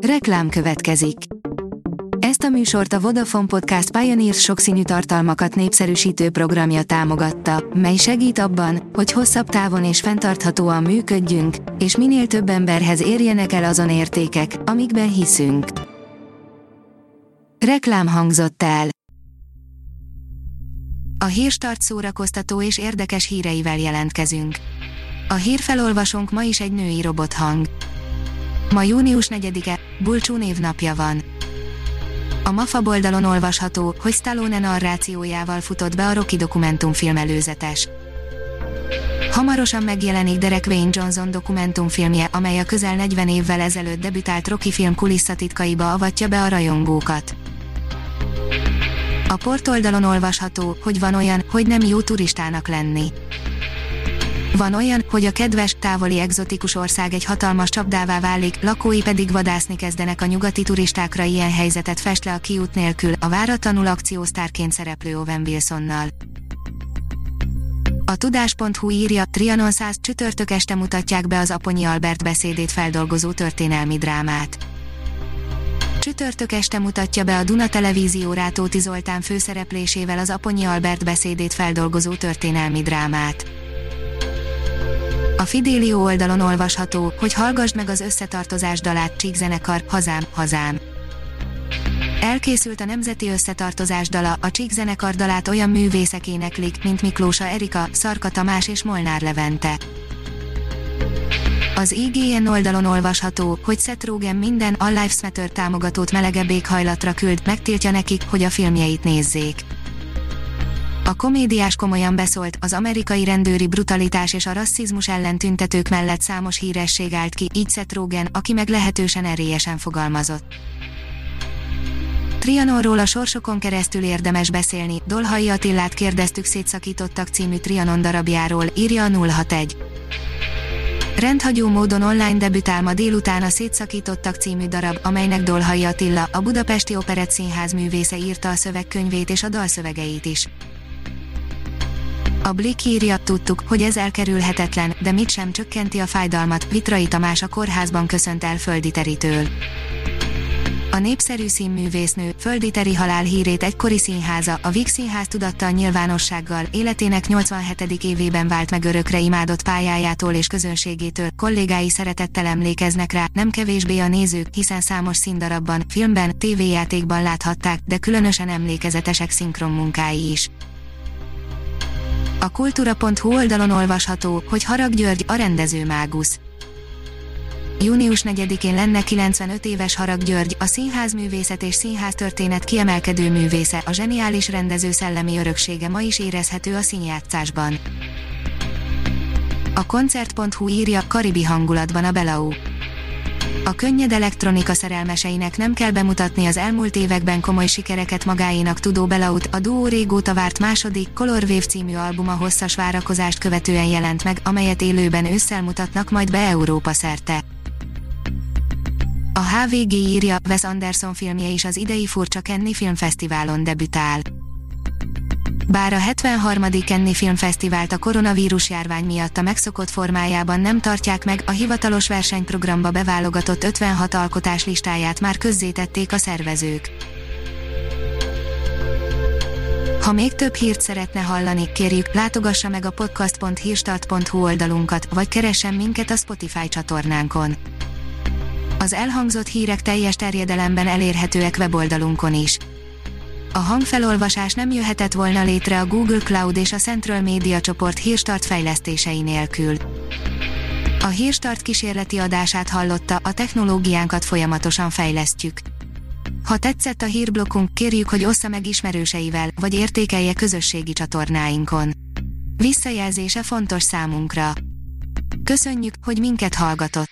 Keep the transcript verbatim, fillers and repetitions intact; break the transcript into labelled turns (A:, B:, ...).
A: Reklám következik. Ezt a műsort a Vodafone Podcast Pioneers sokszínű tartalmakat népszerűsítő programja támogatta, mely segít abban, hogy hosszabb távon és fenntarthatóan működjünk, és minél több emberhez érjenek el azon értékek, amikben hiszünk. Reklám hangzott el. A Hírstart szórakoztató és érdekes híreivel jelentkezünk. A hírfelolvasónk ma is egy női robothang. Ma június negyedike, Bulcsú névnapja van. A MAFA oldalon olvasható, hogy Stallone narrációjával futott be a Rocky dokumentumfilm előzetes. Hamarosan megjelenik Derek Wayne Johnson dokumentumfilmje, amely a közel negyven évvel ezelőtt debütált Rocky film kulisszatitkaiba avatja be a rajongókat. A Port oldalon olvasható, hogy van olyan, hogy nem jó turistának lenni. Van olyan, hogy a kedves, távoli egzotikus ország egy hatalmas csapdává válik, lakói pedig vadászni kezdenek a nyugati turistákra. Ilyen helyzetet fest le a Kiút nélkül, a váratlanul akciósztárként szereplő Owen Wilsonnal. A tudás pont hu írja, Trianon száz csütörtök este mutatják be az Aponyi Albert beszédét feldolgozó történelmi drámát. Csütörtök este mutatja be a Duna Televízió Rátóti Zoltán főszereplésével az Aponyi Albert beszédét feldolgozó történelmi drámát. A Fidelio oldalon olvasható, hogy hallgasd meg az Összetartozás dalát, Csík zenekar, Hazám, hazám. Elkészült a nemzeti összetartozás dala, a Csík zenekar dalát olyan művészek éneklik, mint Miklósa Erika, Szarka Tamás és Molnár Levente. Az i gé en oldalon olvasható, hogy Seth Rogen minden A Lives Matter támogatót melegebb éghajlatra küld, megtiltja nekik, hogy a filmjeit nézzék. A komédiás komolyan beszólt, az amerikai rendőri brutalitás és a rasszizmus ellen tüntetők mellett számos híresség állt ki, így Seth Rogen, aki meg lehetősen erélyesen fogalmazott. Trianonról a sorsokon keresztül érdemes beszélni, Dolhai Attillát kérdeztük Szétszakítottak című Trianon darabjáról, írja a nulla hatvanegy. Rendhagyó módon online debütál ma délután a Szétszakítottak című darab, amelynek Dolhai Attila, a Budapesti Operett Színház művésze írta a szövegkönyvét és a dalszövegeit is. A Blick írja, tudtuk, hogy ez elkerülhetetlen, de mit sem csökkenti a fájdalmat, Vitrai Tamás a kórházban köszönt el Földi Teritől. A népszerű színművésznő, Földi Teri halálhírét egykori színháza, a Víg Színház tudatta a nyilvánossággal, életének nyolcvanhetedik évében vált meg örökre imádott pályájától és közönségétől, kollégái szeretettel emlékeznek rá, nem kevésbé a nézők, hiszen számos színdarabban, filmben, tévéjátékban láthatták, de különösen emlékezetesek szinkron munkái is. A kultúra pont hu oldalon olvasható, hogy Harag György, a rendező mágusz. június negyedikén lenne kilencvenöt éves Harag György, a színházművészet és színháztörténet kiemelkedő művésze, a zseniális rendező szellemi öröksége ma is érezhető a színjátszásban. A koncert pont hu írja, karibi hangulatban a Belau. A könnyed elektronika szerelmeseinek nem kell bemutatni az elmúlt években komoly sikereket magáénak tudó Belaut, a duó régóta várt második, Color Wave című albuma hosszas várakozást követően jelent meg, amelyet élőben ősszel mutatnak majd be Európa szerte. A há vé gé írja, Wes Anderson filmje is az idei Furcsa Cannes Filmfesztiválon debütál. Bár a hetvenharmadik Cannes Filmfesztivált a koronavírus járvány miatt a megszokott formájában nem tartják meg, a hivatalos versenyprogramba beválogatott ötvenhat alkotás listáját már közzétették a szervezők. Ha még több hírt szeretne hallani, kérjük, látogassa meg a podcast pont hírstart pont hu oldalunkat, vagy keressen minket a Spotify csatornánkon. Az elhangzott hírek teljes terjedelemben elérhetőek weboldalunkon is. A hangfelolvasás nem jöhetett volna létre a Google Cloud és a Central Media csoport Hírstart fejlesztései nélkül. A Hírstart kísérleti adását hallotta, a technológiánkat folyamatosan fejlesztjük. Ha tetszett a hírblokkunk, kérjük, hogy ossza meg ismerőseivel, vagy értékelje közösségi csatornáinkon. Visszajelzése fontos számunkra. Köszönjük, hogy minket hallgatott!